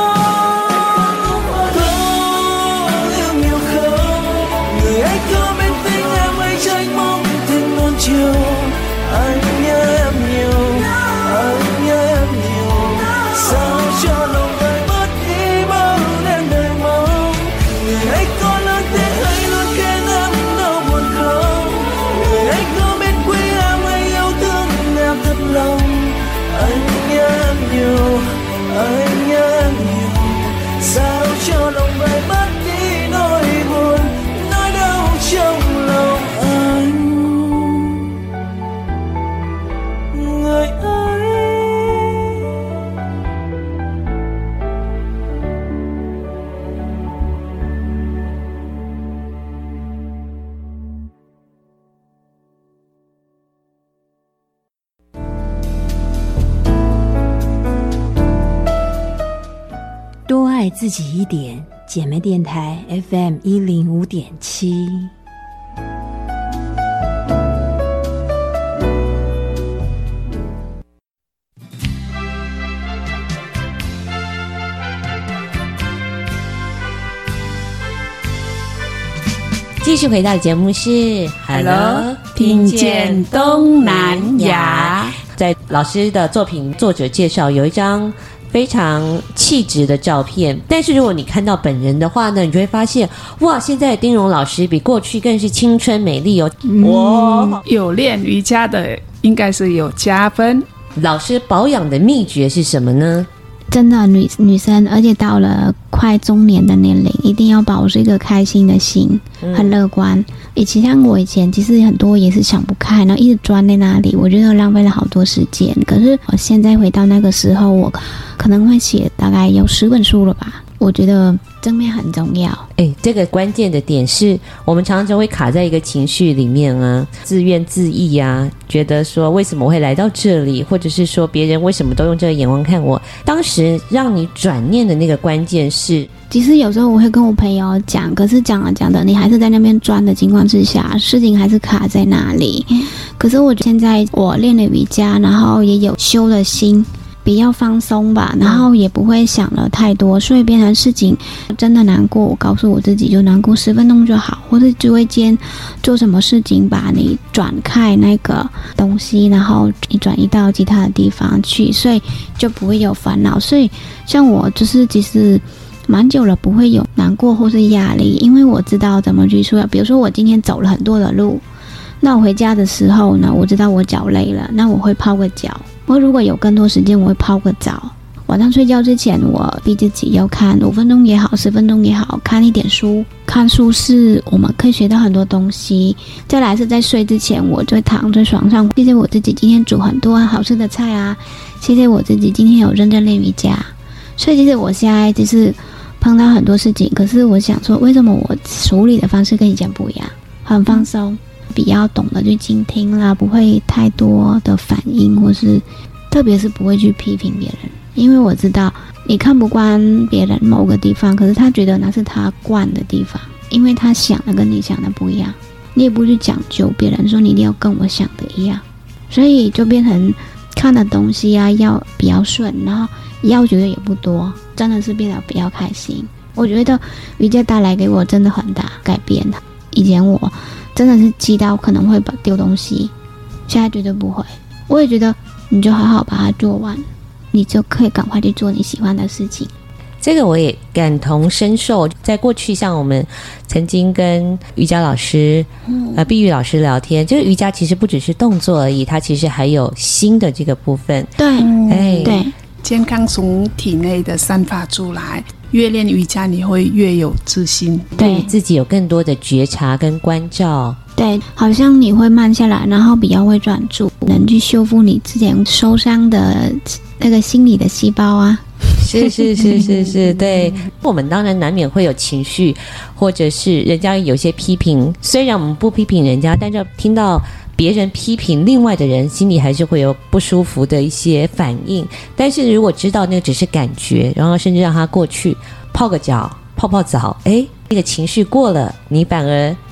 Có yêu nhiều không? Người ấy có bên tình em hay tranh mong tình non chiều. Anh nhớ em nhiều, anh nhớ em nhiều, sao cho lòng vơi bớt đi bao đêm đầy mong. Người ấy có lớn tiếng hay luôn khen em đâu buồn không? Người ấy có biết quý em hay yêu thương em thật lòng. Anh nhớ em nhiều, anh nhớ em nhiều, sao cho lòng vơi bớt đi nỗi buồn, nỗi đau trong lòng anh. Người ấy 多爱自己一点，姐妹电台 F M 一零五点七。 继续回到的节目是 Hello， 听见东南亚。 在老师的作品作者介绍有一张非常气质的照片，但是如果你看到本人的话呢，你就会发现哇，现在的丁蓉老师比过去更是青春美丽哦。 哇，有练瑜伽的应该是有加分。 老师保养的秘诀是什么呢？ 真的女女生，而且到了快中年的年龄，一定要保持一个开心的心，很乐观。以前像我以前，其实很多也是想不开，然后一直钻在那里，我觉得浪费了好多时间。可是我现在回到那个时候，我可能会写大概有十本书了吧。我觉得正面很重要。 哎，这个关键的点是我们常常会卡在一个情绪里面啊，自怨自艾啊，觉得说为什么我会来到这里，或者是说别人为什么都用这个眼光看我。当时让你转念的那个关键是， 其实有时候我会跟我朋友讲，可是讲了讲的，你还是在那边钻的情况之下，事情还是卡在那里。可是我现在我练了瑜伽，然后也有修了心，比较放松吧，然后也不会想了太多，所以变成事情真的难过，我告诉我自己就难过十分钟就好，或者就会间做什么事情把你转开那个东西，然后你转移到其他的地方去，所以就不会有烦恼。所以像我就是其实蛮久了不会有难过或是压力，因为我知道怎么去处理。比如说我今天走了很多的路，那我回家的时候呢，我知道我脚累了，那我会泡个脚。我如果有更多时间，我会泡个澡。晚上睡觉之前，我逼自己要看五分钟也好，十分钟也好，看一点书。看书是我们可以学到很多东西。再来是在睡之前，我就会躺在床上，谢谢我自己今天煮很多好吃的菜啊，谢谢我自己今天有认真练瑜伽。所以其实我现在就是碰到很多事情，可是我想说，为什么我处理的方式跟以前不一样？很放松。比较懂得去倾听啦，不会太多的反应，或是特别是不会去批评别人，因为我知道你看不惯别人某个地方，可是他觉得那是他惯的地方，因为他想的跟你想的不一样，你也不去讲究别人说你一定要跟我想的一样，所以就变成看的东西啊要比较顺，然后要觉得也不多，真的是变得比较开心。我觉得瑜伽带来给我真的很大改变。以前我真的是气到可能会把丢东西，现在绝对不会。我也觉得你就好好把它做完，你就可以赶快去做你喜欢的事情。 这个我也感同身受。在过去像我们曾经跟瑜伽老师、嗯、呃碧玉老师聊天，这个瑜伽其实不只是动作而已，它其实还有心的这个部分。 对、嗯、 哎， 对， 健康从体内的散发出来，越练瑜伽你会越有自信， 对自己有更多的觉察跟关照。 对，好像你会慢下来，然后比较会专注，能去修复你之前受伤的那个心理的细胞啊。 是是是是是，对，我们当然难免会有情绪，或者是人家有些批评，虽然我们不批评人家，但是听到别人批评另外的人，心里还是会有不舒服的一些反应。但是如果知道那个只是感觉，然后甚至让他过去泡个脚泡泡澡，哎，那个情绪过了，你反而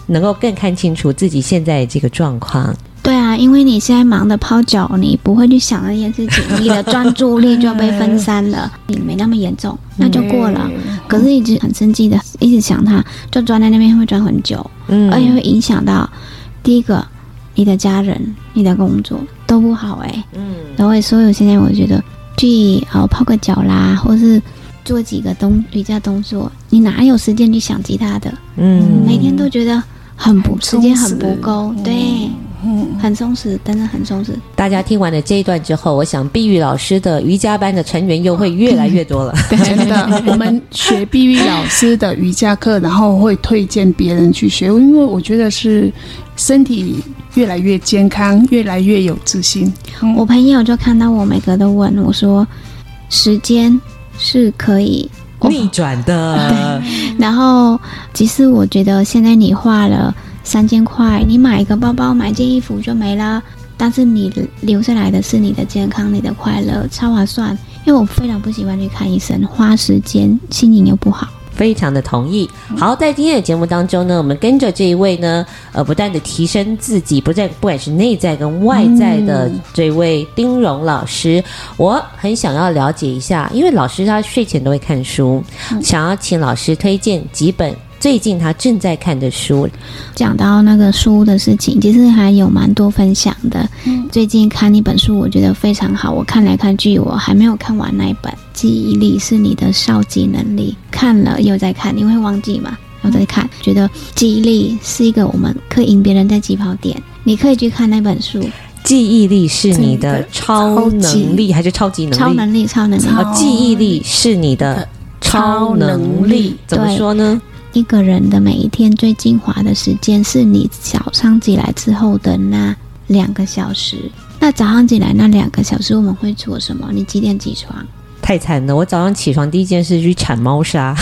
能够更看清楚自己现在这个状况。 对啊，因为你现在忙的泡脚，你不会去想那件事情，你的专注力就被分散了。你没那么严重，那就过了。可是一直很生气的，一直想它，就钻在那边会钻很久，嗯，而且会影响到第一个你的家人、你的工作都不好哎、欸，嗯。然后所以现在我觉得去呃泡个脚啦，或是做几个动瑜伽动作，你哪有时间去想其他的？嗯，每天都觉得很不时间很不够，对。嗯，很充实，真的很充实。 大家听完了这一段之后，我想碧玉老师的瑜伽班的成员又会越来越多了。 对，真的，我们学碧玉老师的瑜伽课，然后会推荐别人去学，因为我觉得是身体越来越健康，越来越有自信。 嗯、我朋友就看到我每个都问我说，时间是可以逆转的。 对，然后其实我觉得现在你花了三千块，你买一个包包、买件衣服就没了，但是你留下来的是你的健康、你的快乐，超划算。因为我非常不喜欢去看医生，花时间，心情又不好。 非常的同意。好，在今天的节目当中呢，我们跟着这一位呢，呃，不断的提升自己，不在不管是内在跟外在的这位丁蓉老师、嗯，我很想要了解一下，因为老师他睡前都会看书，嗯、想要请老师推荐几本最近他正在看的书。 讲到那个书的事情，其实还有蛮多分享的、嗯、最近看一本书我觉得非常好，我看来看去我还没有看完那一本，记忆力是你的少级能力，看了又再看，你会忘记吗？又再看，觉得记忆力是一个我们可以赢别人在起跑点，你可以去看那本书。 记忆力是你的超能力还是超级能力？ 超能力，超能力。 哦，记忆力是你的超能力，怎么说呢？ 一个人的每一天最精华的时间是你早上起来之后的那两个小时。那早上起来那两个小时我们会做什么？你几点起床？ 太惨了，我早上起床第一件事去铲猫砂。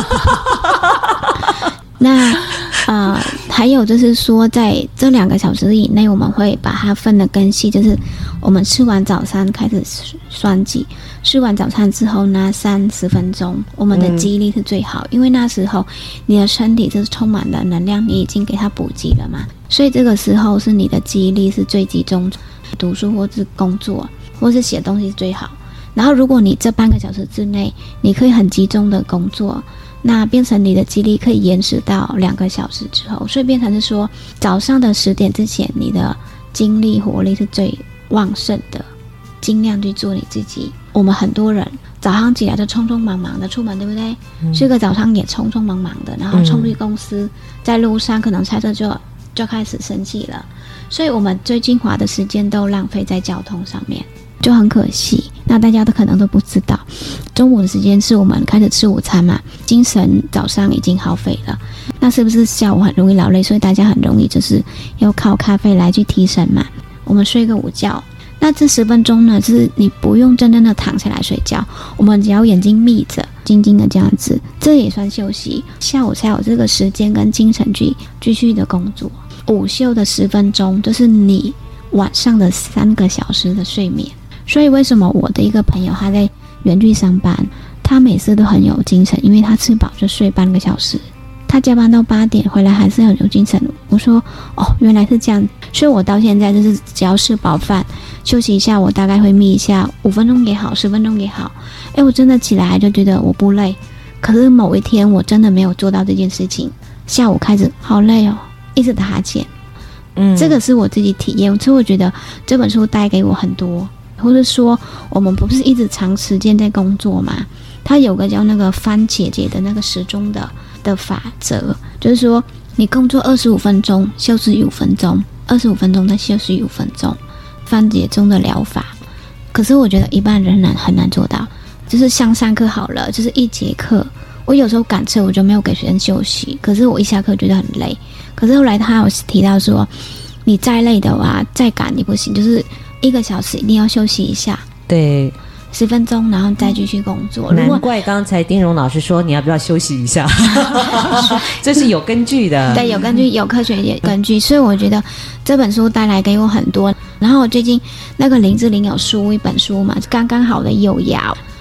那呃，还有就是说，在这两个小时以内，我们会把它分得更细，就是我们吃完早餐开始算计，吃完早餐之后呢，三十分钟，我们的记忆力是最好、嗯，因为那时候你的身体是充满了能量，你已经给它补给了嘛，所以这个时候是你的记忆力是最集中，读书或是工作或是写东西最好。然后，如果你这半个小时之内，你可以很集中的工作。那变成你的记忆力可以延迟到两个小时之后，所以变成是说早上的十点之前，你的精力活力是最旺盛的，尽量去做你自己。我们很多人早上起来就匆匆忙忙的出门，对不对？嗯、是个早上也匆匆忙忙的，然后冲去公司，嗯、在路上可能开车就就开始生气了，所以我们最精华的时间都浪费在交通上面。就很可惜，那大家都可能都不知道，中午的时间是我们开始吃午餐嘛，精神早上已经耗费了，那是不是下午很容易劳累？所以大家很容易就是要靠咖啡来去提神嘛。我们睡个午觉，那这十分钟呢，是你不用真正的躺下来睡觉，我们只要眼睛闭着，静静的这样子，这也算休息。下午才有这个时间跟精神去继续的工作。午休的十分钟，就是你晚上的三个小时的睡眠。所以为什么我的一个朋友他在远距上班，他每次都很有精神，因为他吃饱就睡半个小时，他加班到八点回来还是很有精神。我说哦，原来是这样。所以我到现在就是只要吃饱饭休息一下，我大概会眯一下，五分钟也好，十分钟也好，哎，我真的起来就觉得我不累。可是某一天我真的没有做到这件事情，下午开始好累哦，一直打哈欠。嗯，这个是我自己体验，所以我觉得这本书带给我很多。或者说我们不是一直长时间在工作嘛，它有个叫那个番茄节的那个时钟的的法则，就是说你工作二十五分钟休息五分钟，二十五分钟再休息五分钟，番茄钟的疗法。可是我觉得一般人难很难做到，就是像上课好了，就是一节课，我有时候赶车我就没有给学生休息，可是我一下课觉得很累。可是后来他有提到说，你再累的话再赶你不行，就是一个小时一定要休息一下， 对， 十分钟，然后再继续工作。 难怪刚才丁蓉老师说你要不要休息一下，这是有根据的。 对，有根据，有科学根据。所以我觉得这本书带来给我很多。然后我最近那个林志玲有出一本书嘛，刚刚好的优雅，我觉得这本书对我来说是一个很大的启发。就是说，你工作二十五分钟，休息五分钟，二十五分钟再休息五分钟，番茄钟的疗法。可是我觉得一般人很很难做到，就是一直长时间在工作嘛，它有个叫那个番茄节的那个时钟的的法则，就是说你工作二十五分钟休息五分钟，二十五分钟再休息五分钟，番茄钟的疗法。可是我觉得一般人很很难做到，就是一直长时间在工作嘛，它有个叫那个番茄节的那个时钟的的法则，就是说你工作二十五分钟休息五分钟，二十五分钟再休息五分钟，番茄钟的疗法。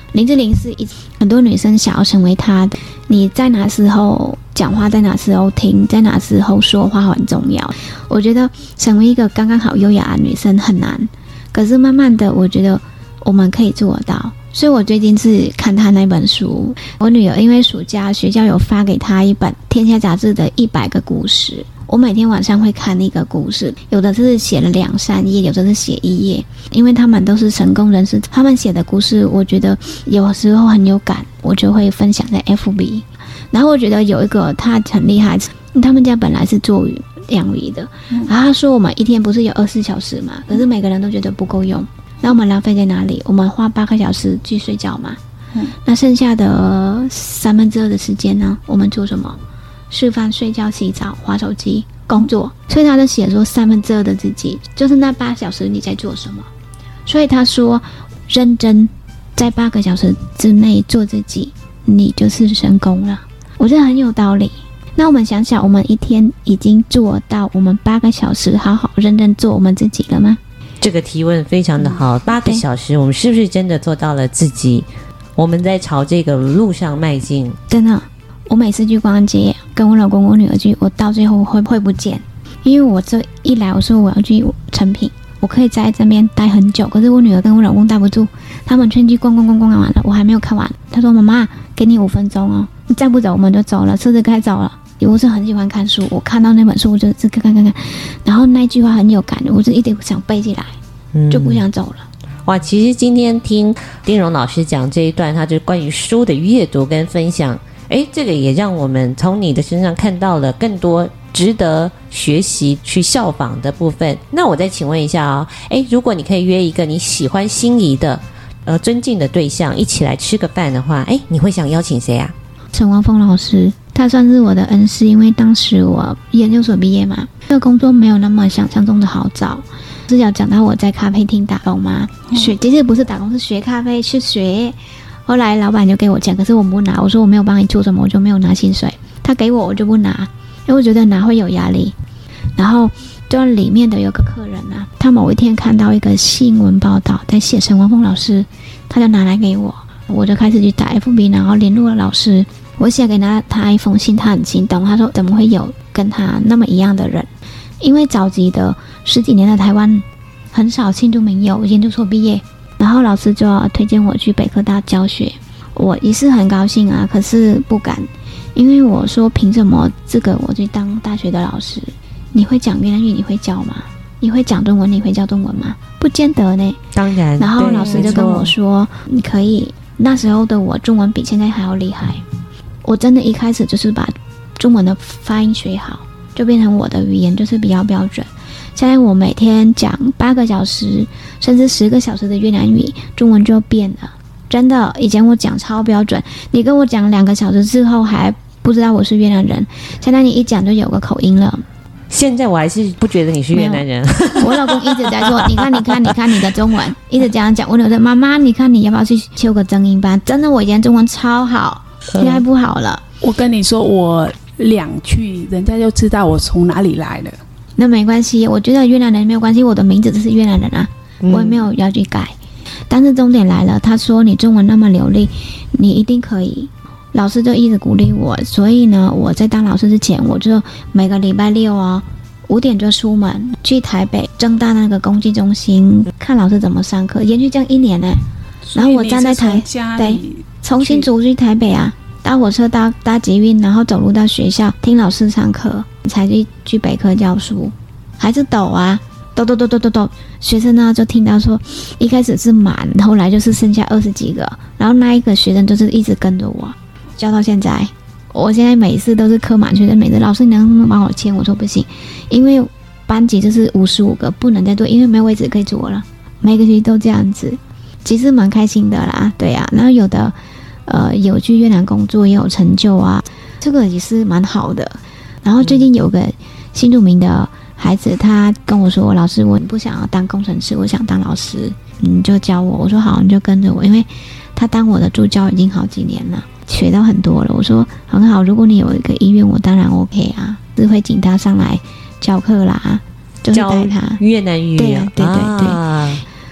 林志玲是一很多女生想要成为她的。你在哪时候讲话，在哪时候听，在哪时候说话很重要。我觉得成为一个刚刚好优雅的女生很难，可是慢慢的，我觉得我们可以做得到。所以我最近是看她那本书，我女儿因为暑假学校有发给她一本《天下》杂志的一百个故事。我每天晚上会看一个故事，有的是写了两三页，有的是写一页，因为他们都是成功人士，他们写的故事我觉得有时候很有感，我就会分享在 F B。 然后我觉得有一个他很厉害，他们家本来是做鱼养鱼的，然后他说我们一天不是有二十四小时嘛，可是每个人都觉得不够用，那我们浪费在哪里？我们花八个小时去睡觉嘛，那剩下的三分之二的时间呢，我们做什么？吃饭、睡觉、洗澡、滑手机、工作。所以他就写说三分之二的自己就是那八小时你在做什么。所以他说认真在八个小时之内做自己，你就是成功了。我觉得很有道理。那我们想想，我们一天已经做到我们八个小时好好认真做我们自己了吗？ 这个提问非常的好，嗯、八个小时我们是不是真的做到了自己？我们在朝这个路上迈进。 真的，我每次去逛街，跟我老公、我女儿去，我到最后会会不见，因为我这一来，我说我要去成品，我可以在这边待很久，可是我女儿跟我老公待不住，他们全去逛逛逛逛完了，我还没有看完。他说：“妈妈，给你五分钟哦，你再不走我们就走了，车子该走了。”我是很喜欢看书，我看到那本书我就这个看看看，然后那句话很有感，我就一直想背起来，嗯、就不想走了。 哇，其实今天听丁蓉老师讲这一段，他就是关于书的阅读跟分享，哎，这个也让我们从你的身上看到了更多值得学习去效仿的部分。那我再请问一下啊、哦，哎，如果你可以约一个你喜欢心仪的呃尊敬的对象一起来吃个饭的话，哎，你会想邀请谁啊？ 陈王峰老师，他算是我的恩师，因为当时我研究所毕业嘛，这个工作没有那么想象中的好找。是要讲到我在咖啡厅打工嘛，学其实不是打工，是学咖啡去学。后来老板就给我钱，可是我不拿，我说我没有帮你做什么，我就没有拿薪水。他给我我就不拿，因为我觉得拿会有压力。然后就里面的有个客人啊，他某一天看到一个新闻报道在写陈王峰老师，他就拿来给我，我就开始去打 F B， 然后联络了老师。我写给他他一封信，他很心动，他说怎么会有跟他那么一样的人？因为早期的十几年的台湾很少新住民有研究所毕业，然后老师就要推荐我去北科大教学，我也是很高兴啊，可是不敢，因为我说凭什么这个我去当大学的老师？你会讲越南语你会教吗？你会讲中文你会教中文吗？不见得呢。 当然。 然后老师就跟我说你可以，那时候的我中文比现在还要厉害，我真的一开始就是把中文的发音学好，就变成我的语言就是比较标准。现在我每天讲八个小时甚至十个小时的越南语，中文就变了，真的。以前我讲超标准，你跟我讲两个小时之后还不知道我是越南人，现在你一讲就有个口音了。 现在我还是不觉得你是越南人。 我老公一直在说你看你看你看你的中文，一直这样讲。我女儿妈妈你看你要不要去修个正音班？真的，我以前中文超好，现在不好了。 我跟你说，我两句人家就知道我从哪里来了。 那没关系，我觉得越南人没有关系，我的名字就是越南人啊，嗯、我也没有要去改。但是重点来了，他说你中文那么流利，你一定可以。老师就一直鼓励我，所以呢，我在当老师之前，我就每个礼拜六哦，五点就出门去台北政大那个公技中心看老师怎么上课，连续这样一年呢。然后我站在台，对，从新竹去台北啊。搭火车搭搭捷运，然后走路到学校听老师上课，才去去北科教书，还是抖啊抖抖抖抖抖抖。学生呢就听到说，一开始是满，后来就是剩下二十几个，然后那一个学生就是一直跟着我教到现在。我现在每次都是科满学生，每次老师你能不能帮我签？我说不行，因为班级就是五十五个，不能再多，因为没有位置可以坐了。每个学期都这样子，其实蛮开心的啦，对啊。然后有的。呃，有去越南工作也有成就啊，这个也是蛮好的。然后最近有个新住民的孩子，他跟我说：“老师，我不想要当工程师，我想当老师，你就教我。”我说：“好，你就跟着我。”因为他当我的助教已经好几年了，学到很多了。我说：“很好，如果你有一个意愿，我当然 OK 啊，是会请他上来教课啦，就是带他越南语， 对啊，对对对。啊”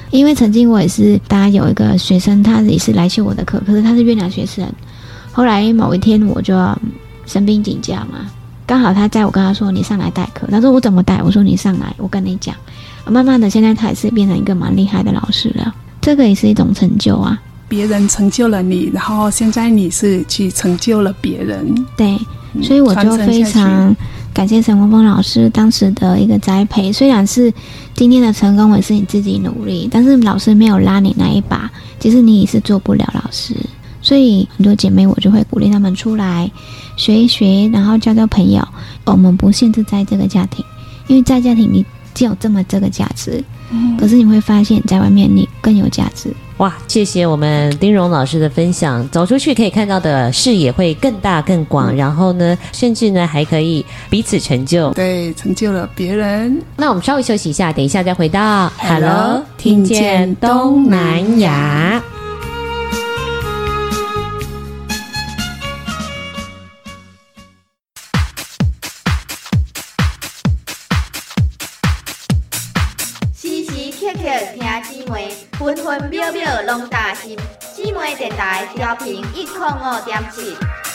因为曾经我也是，大家有一个学生，他也是来修我的课，可是他是越南学生。后来某一天我就要生病请假嘛，刚好他在，我跟他说你上来代课，他说我怎么带？我说你上来，我跟你讲。慢慢的，现在他也是变成一个蛮厉害的老师了，这个也是一种成就啊。 别人成就了你，然后现在你是去成就了别人。 对，所以我就非常感谢沈国峰老师当时的一个栽培。虽然是今天的成功也是你自己努力，但是老师没有拉你那一把，其实你也是做不了老师。所以很多姐妹我就会鼓励她们出来学一学，然后交交朋友。我们不限制在这个家庭，因为在家庭你只有这么这个价值，嗯，可是你会发现在外面你更有价值。 哇，谢谢我们丁蓉老师的分享，走出去可以看到的视野会更大更广，嗯，然后呢甚至呢还可以彼此成就， 对，成就了别人。 那我们稍微休息一下，等一下再回到 Hello， 听见东南亚。 分分秒秒拢大心，姊妹电台调频一零五点七。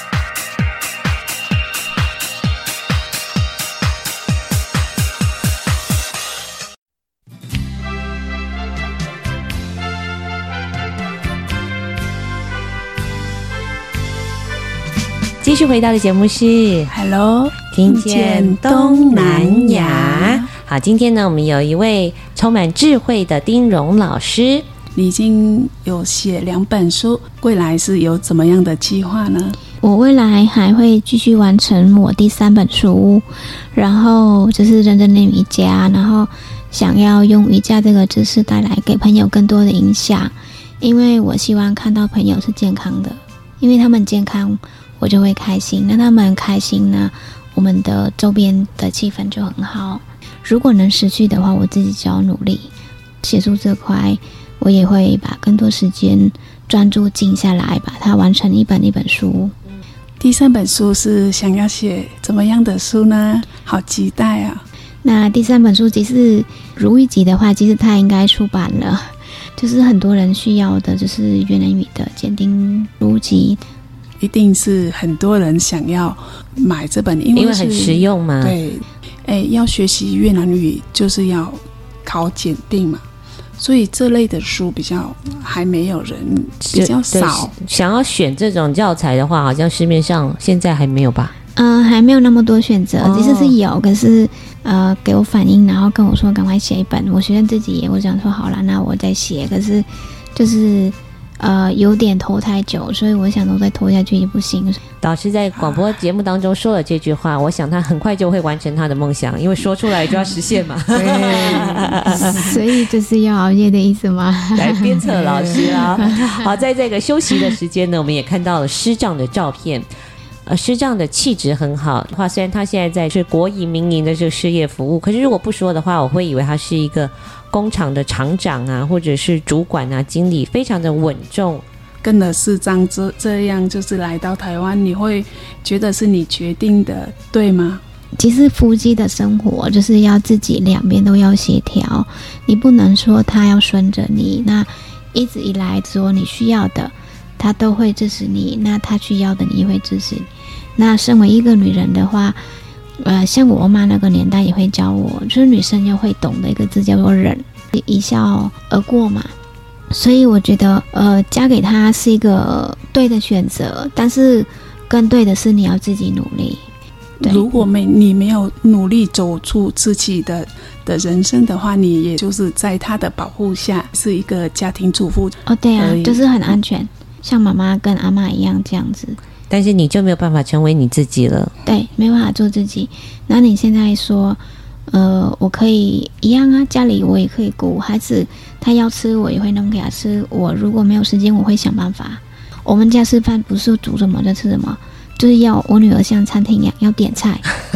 继续回到的节目是 Hello， 听见东南亚。好，今天呢，我们有一位充满智慧的丁蓉老师。 你已经有写两本书，未来是有怎么样的计划呢？ 我未来还会继续完成我第三本书，然后就是认真练瑜伽，然后想要用瑜伽这个知识带来给朋友更多的影响，因为我希望看到朋友是健康的，因为他们健康，我就会开心，那他们开心呢，我们的周边的气氛就很好。如果能持续的话，我自己就要努力。写书这块，我也会把更多时间专注静下来，把它完成一本一本书。 第三本书是想要写怎么样的书呢？好期待啊！ 那第三本书即是如一集的话，其实它应该出版了，就是很多人需要的，就是越南语的检定书籍。 一定是很多人想要买这本，因为因为很实用嘛。 对，哎，要学习越南语就是要考检定嘛，所以这类的书比较还没有人，比较少。 想要选这种教材的话，好像市面上现在还没有吧？ 嗯、呃，还没有那么多选择，其实是有，可是呃，给我反应，然后跟我说赶快写一本。我学生自己也，我想说好了，那我再写。可是就是呃有点拖太久，所以我想说再拖下去也不行。 导师在广播节目当中说了这句话，我想他很快就会完成他的梦想，因为说出来就要实现嘛。 所以这是要熬夜的意思吗？ 来鞭策老师啊！好，在这个休息的时间呢，我们也看到了师丈的照片。呃，师丈的气质很好的话，虽然他现在在是国营民营的这个事业服务，可是如果不说的话，我会以为他是一个工厂的厂长啊，或者是主管啊、经理，非常的稳重。 跟了师丈这这样，就是来到台湾，你会觉得是你决定的，对吗？ 其实夫妻的生活就是要自己两边都要协调，你不能说他要顺着你，那一直以来说你需要的他都会支持你，那他需要的你也会支持你。那身为一个女人的话，呃，像我妈那个年代也会教我，就是女生要会懂的一个字叫做忍，一笑而过嘛。所以我觉得呃，嫁给他是一个对的选择，但是更对的是你要自己努力。 如果没你没有努力走出自己的的人生的话，你也就是在他的保护下是一个家庭主妇。 哦，对啊，就是很安全，像妈妈跟阿嬷一样这样子。 但是你就没有办法成为你自己了。 对，没办法做自己。那你现在说呃，我可以一样啊，家里我也可以顾孩子，他要吃我也会弄给他吃，我如果没有时间我会想办法。我们家吃饭不是煮什么就吃什么，就是要我女儿像餐厅一样要点菜。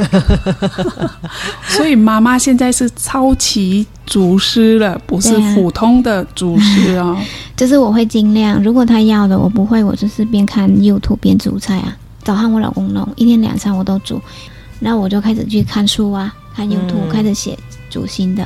所以妈妈现在是超级厨师了，不是普通的厨师哦。 就是我会尽量，如果他要的我不会，我就是边看 YouTube 边煮菜啊。早上我老公弄，一天两餐我都煮，那我就开始去看书啊，看 YouTube，、嗯、开始写煮新的。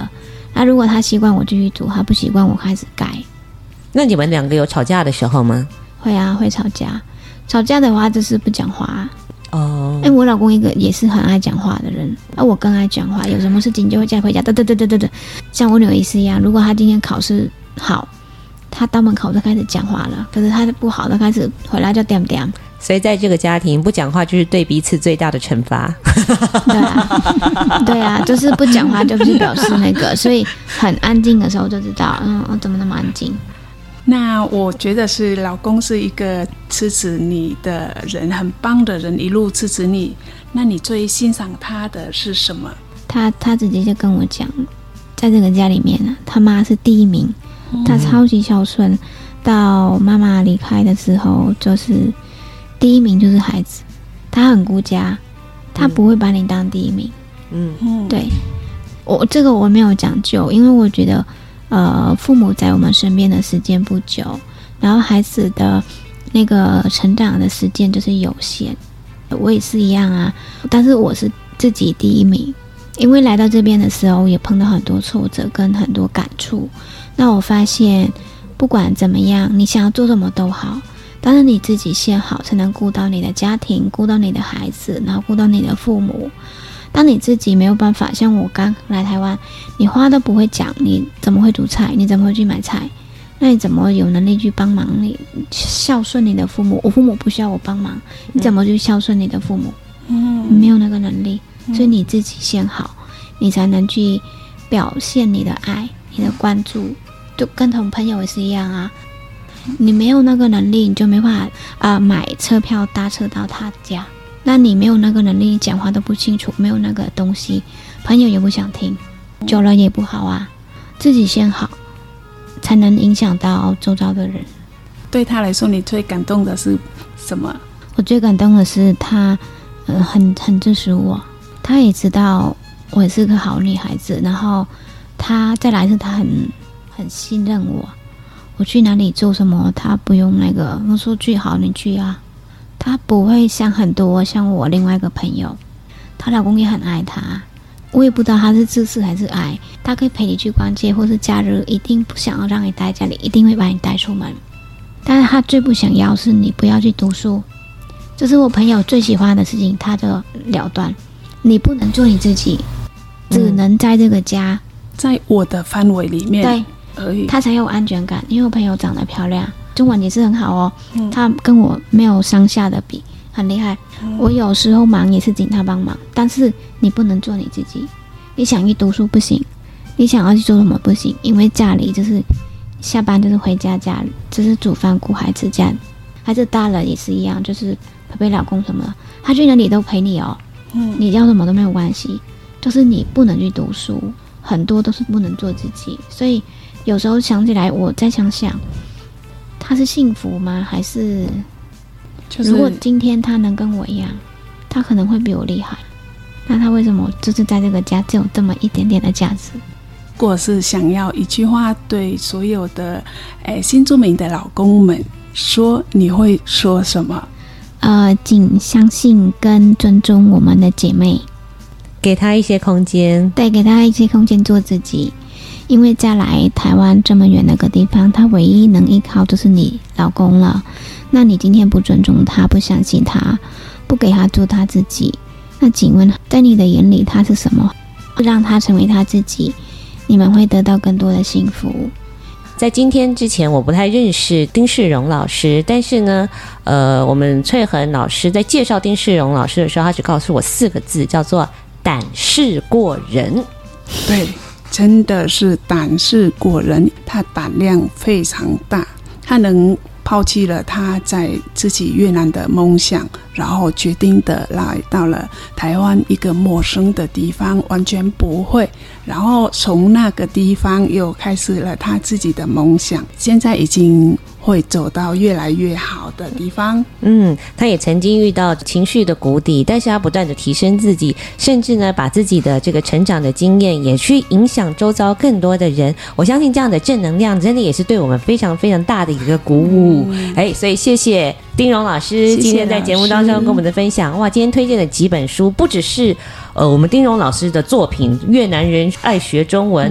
那如果他习惯我继续煮，他不习惯我开始改。 那你们两个有吵架的时候吗？ 会啊，会吵架。吵架的话就是不讲话。 哦， 哎、欸，我老公一个也是很爱讲话的人，而、啊、我更爱讲话。有什么事情就会叫回家，嘚嘚嘚嘚嘚嘚。像我女儿也是一样，如果她今天考试好，她到门口就开始讲话了；可是她不好，她开始回来就点点。 所以在这个家庭，不讲话就是对彼此最大的惩罚。 对啊，对啊，就是不讲话就是表示那个，所以很安静的时候就知道，嗯，我怎么那么安静。 那我觉得是老公是一个支持你的人，很棒的人，一路支持你。那你最欣赏他的是什么？ 他他直接就跟我讲，在这个家里面呢，他妈是第一名，他超级孝顺。到妈妈离开的时候，就是第一名就是孩子，他很顾家，他不会把你当第一名。嗯嗯，对，我这个我没有讲究，因为我觉得。呃，父母在我们身边的时间不久，然后孩子的那个成长的时间就是有限。我也是一样啊，但是我是自己第一名，因为来到这边的时候也碰到很多挫折跟很多感触。那我发现，不管怎么样，你想要做什么都好，但是你自己先好，才能顾到你的家庭，顾到你的孩子，然后顾到你的父母。当你自己没有办法，像我刚来台湾，你话都不会讲，你怎么会煮菜？你怎么会去买菜？那你怎么有能力去帮忙你孝顺你的父母？我父母不需要我帮忙，你怎么去孝顺你的父母？嗯，你没有那个能力，所以你自己先好，你才能去表现你的爱、你的关注。就跟同朋友也是一样啊，你没有那个能力，你就没办法啊、呃、买车票搭车到他家。那你没有那个能力，讲话都不清楚，没有那个东西，朋友也不想听，久了也不好啊。自己先好，才能影响到周遭的人。 对他来说，你最感动的是什么？ 我最感动的是他，呃，很很支持我，他也知道我也是个好女孩子，然后他再来是他很很信任我，我去哪里做什么，他不用那个，我说去好你去啊。她不会像很多像我另外一个朋友，她老公也很爱她，我也不知道她是自私还是爱，她可以陪你去逛街，或是假日一定不想要让你待在家里，一定会把你带出门。但是她最不想要是你不要去读书，这是我朋友最喜欢的事情，她就了断。你不能做你自己，只能在这个家， 在我的范围里面， 对而已，她才有安全感。因为我朋友长得漂亮。中文也是很好哦，嗯、他跟我没有上下的比，很厉害。嗯、我有时候忙也是请他帮忙，但是你不能做你自己。你想去读书不行，你想要去做什么不行，因为家里就是下班就是回家家里，就是煮饭顾孩子家，孩子大了也是一样，就是陪陪老公什么的，他去哪里都陪你哦。嗯、你要什么都没有关系，就是你不能去读书，很多都是不能做自己。所以有时候想起来，我再想想。他是幸福吗？还是，如果今天他能跟我一样，他可能会比我厉害。那他为什么就是在这个家只有这么一点点的价值？ 如果是想要一句话对所有的诶新住民的老公们说，你会说什么？ 呃，请相信跟尊重我们的姐妹， 给他一些空间， 对，给他一些空间做自己。因为再来台湾这么远的个地方，他唯一能依靠就是你老公了。那你今天不尊重他，不相信他，不给他做他自己，那请问在你的眼里他是什么？让他成为他自己，你们会得到更多的幸福。 在今天之前我不太认识丁世荣老师，但是呢呃，我们翠恒老师在介绍丁世荣老师的时候，他只告诉我四个字，叫做胆识过人。 对，真的是胆识过人，他胆量非常大，他能抛弃了他在自己越南的梦想，然后决定的来到了台湾一个陌生的地方，完全不会，然后从那个地方又开始了他自己的梦想，现在已经会走到越来越好的地方。 嗯，他也曾经遇到情绪的谷底，但是他不断的提升自己，甚至呢把自己的这个成长的经验也去影响周遭更多的人。我相信这样的正能量真的也是对我们非常非常大的一个鼓舞。嗯、哎，所以谢谢丁荣老师今天在节目当中跟我们的分享。哇，今天推荐的几本书不只是呃我们丁荣老师的作品《越南人爱学中文》，嗯、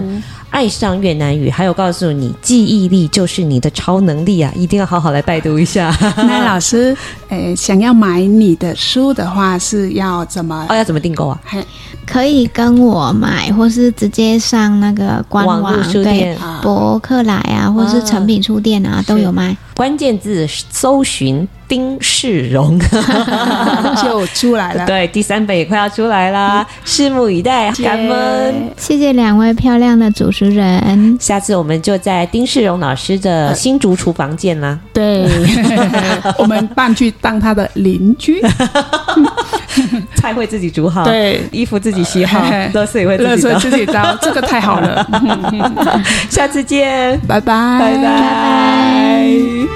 爱上越南语，还有告诉你记忆力就是你的超能力啊，一定要好好来拜读一下。 那老师，呃，想要买你的书的话，是要怎么？ 哦，要怎么订购啊？ 可以跟我买，或是直接上那个官网， 网络书店、 博客来啊，或是诚品书店啊，啊都有卖。 关键字搜寻丁世荣就出来了。 对，第三本也快要出来啦，拭目以待。感恩， 谢谢两位漂亮的主持人。 下次我们就在丁世荣老师的新竹厨房见啦。 对，我们搬去当他的邻居。 菜会自己煮好， 对， 衣服自己洗好，垃圾也会自己倒， 自己倒，这个太好了。 下次见， 拜拜， 拜拜。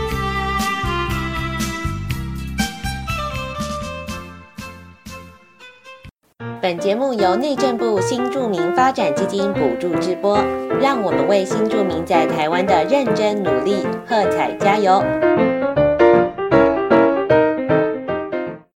本节目由内政部新住民发展基金补助直播，让我们为新住民在台湾的认真努力喝彩加油。